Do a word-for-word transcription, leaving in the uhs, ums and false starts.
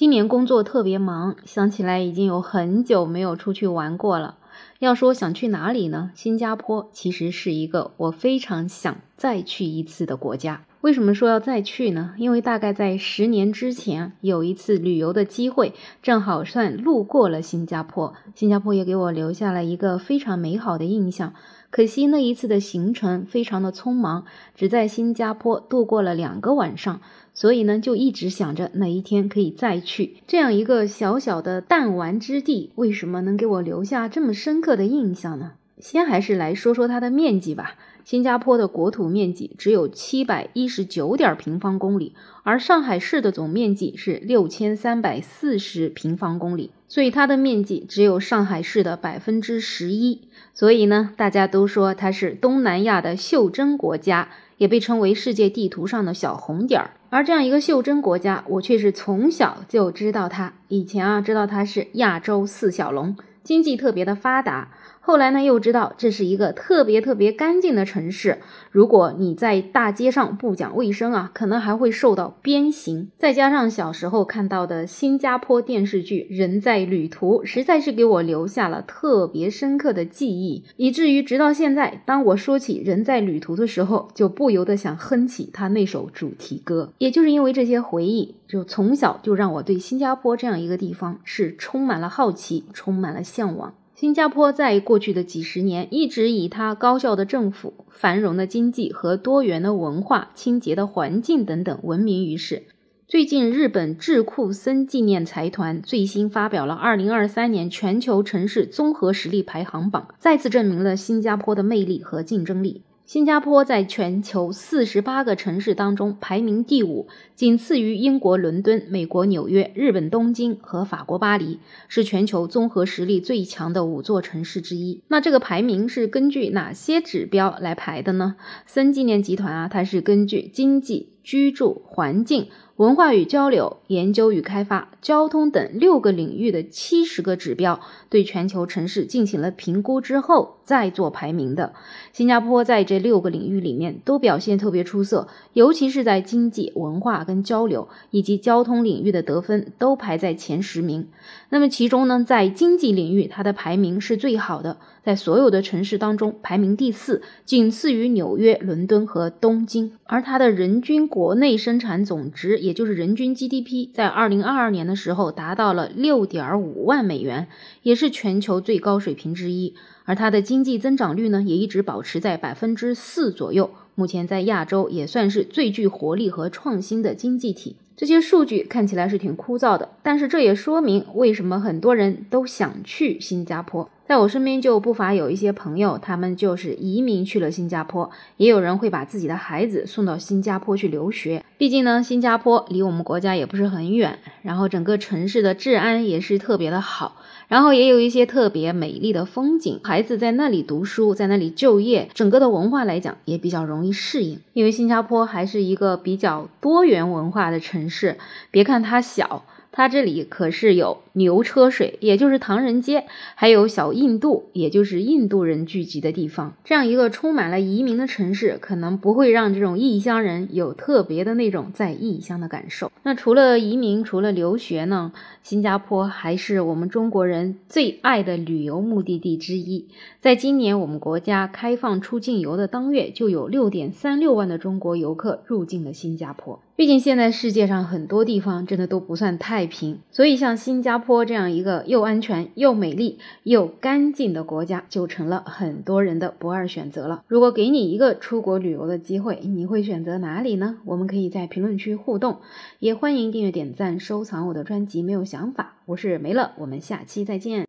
今年工作特别忙，想起来已经有很久没有出去玩过了。要说想去哪里呢？新加坡其实是一个我非常想再去一次的国家。为什么说要再去呢？因为大概在十年之前有一次旅游的机会，正好算路过了新加坡。新加坡也给我留下了一个非常美好的印象。可惜那一次的行程非常的匆忙，只在新加坡度过了两个晚上，所以呢就一直想着哪一天可以再去。这样一个小小的弹丸之地，为什么能给我留下这么深刻的印象呢？先还是来说说它的面积吧。新加坡的国土面积只有七百一十九点平方公里，而上海市的总面积是六千三百四十平方公里，所以它的面积只有上海市的 百分之十一。 所以呢，大家都说它是东南亚的袖珍国家，也被称为世界地图上的小红点儿。而这样一个袖珍国家，我却是从小就知道它。以前啊，知道它是亚洲四小龙，经济特别的发达。后来呢，又知道这是一个特别特别干净的城市，如果你在大街上不讲卫生啊，可能还会受到鞭刑。再加上小时候看到的新加坡电视剧《人在旅途》，实在是给我留下了特别深刻的记忆，以至于直到现在，当我说起《人在旅途》的时候，就不由得想哼起他那首主题歌。也就是因为这些回忆，就从小就让我对新加坡这样一个地方是充满了好奇，充满了向往。新加坡在过去的几十年一直以它高效的政府、繁荣的经济和多元的文化、清洁的环境等等闻名于世。最近日本智库森纪念财团最新发表了二零二三年全球城市综合实力排行榜，再次证明了新加坡的魅力和竞争力。新加坡在全球四十八个城市当中排名第五，仅次于英国伦敦、美国纽约、日本东京和法国巴黎，是全球综合实力最强的五座城市之一。那这个排名是根据哪些指标来排的呢？森纪念集团啊，它是根据经济、居住、环境、文化与交流、研究与开发、交通等六个领域的七十个指标，对全球城市进行了评估之后再做排名的。新加坡在这六个领域里面都表现特别出色，尤其是在经济、文化跟交流以及交通领域的得分都排在前十名。那么其中呢，在经济领域它的排名是最好的，在所有的城市当中排名第四，仅次于纽约、伦敦和东京。而它的人均国内生产总值，也就是人均 G D P， 在二零二二年的时候达到了 六点五万美元，也是全球最高水平之一。而它的经济增长率呢，也一直保持在 百分之四 左右，目前在亚洲也算是最具活力和创新的经济体。这些数据看起来是挺枯燥的，但是这也说明为什么很多人都想去新加坡。在我身边就不乏有一些朋友，他们就是移民去了新加坡，也有人会把自己的孩子送到新加坡去留学。毕竟呢，新加坡离我们国家也不是很远，然后整个城市的治安也是特别的好，然后也有一些特别美丽的风景，孩子在那里读书，在那里就业，整个的文化来讲也比较容易适应。因为新加坡还是一个比较多元文化的城市，别看它小，它这里可是有牛车水，也就是唐人街，还有小印度，也就是印度人聚集的地方。这样一个充满了移民的城市，可能不会让这种异乡人有特别的那种在异乡的感受。那除了移民，除了留学呢，新加坡还是我们中国人最爱的旅游目的地之一。在今年我们国家开放出境游的当月，就有 六点三六万的中国游客入境了新加坡。毕竟现在世界上很多地方真的都不算太平，所以像新加坡这样一个又安全又美丽又干净的国家，就成了很多人的不二选择了。如果给你一个出国旅游的机会，你会选择哪里呢？我们可以在评论区互动，也欢迎订阅点赞收藏我的专辑没有想法。我是梅乐，我们下期再见。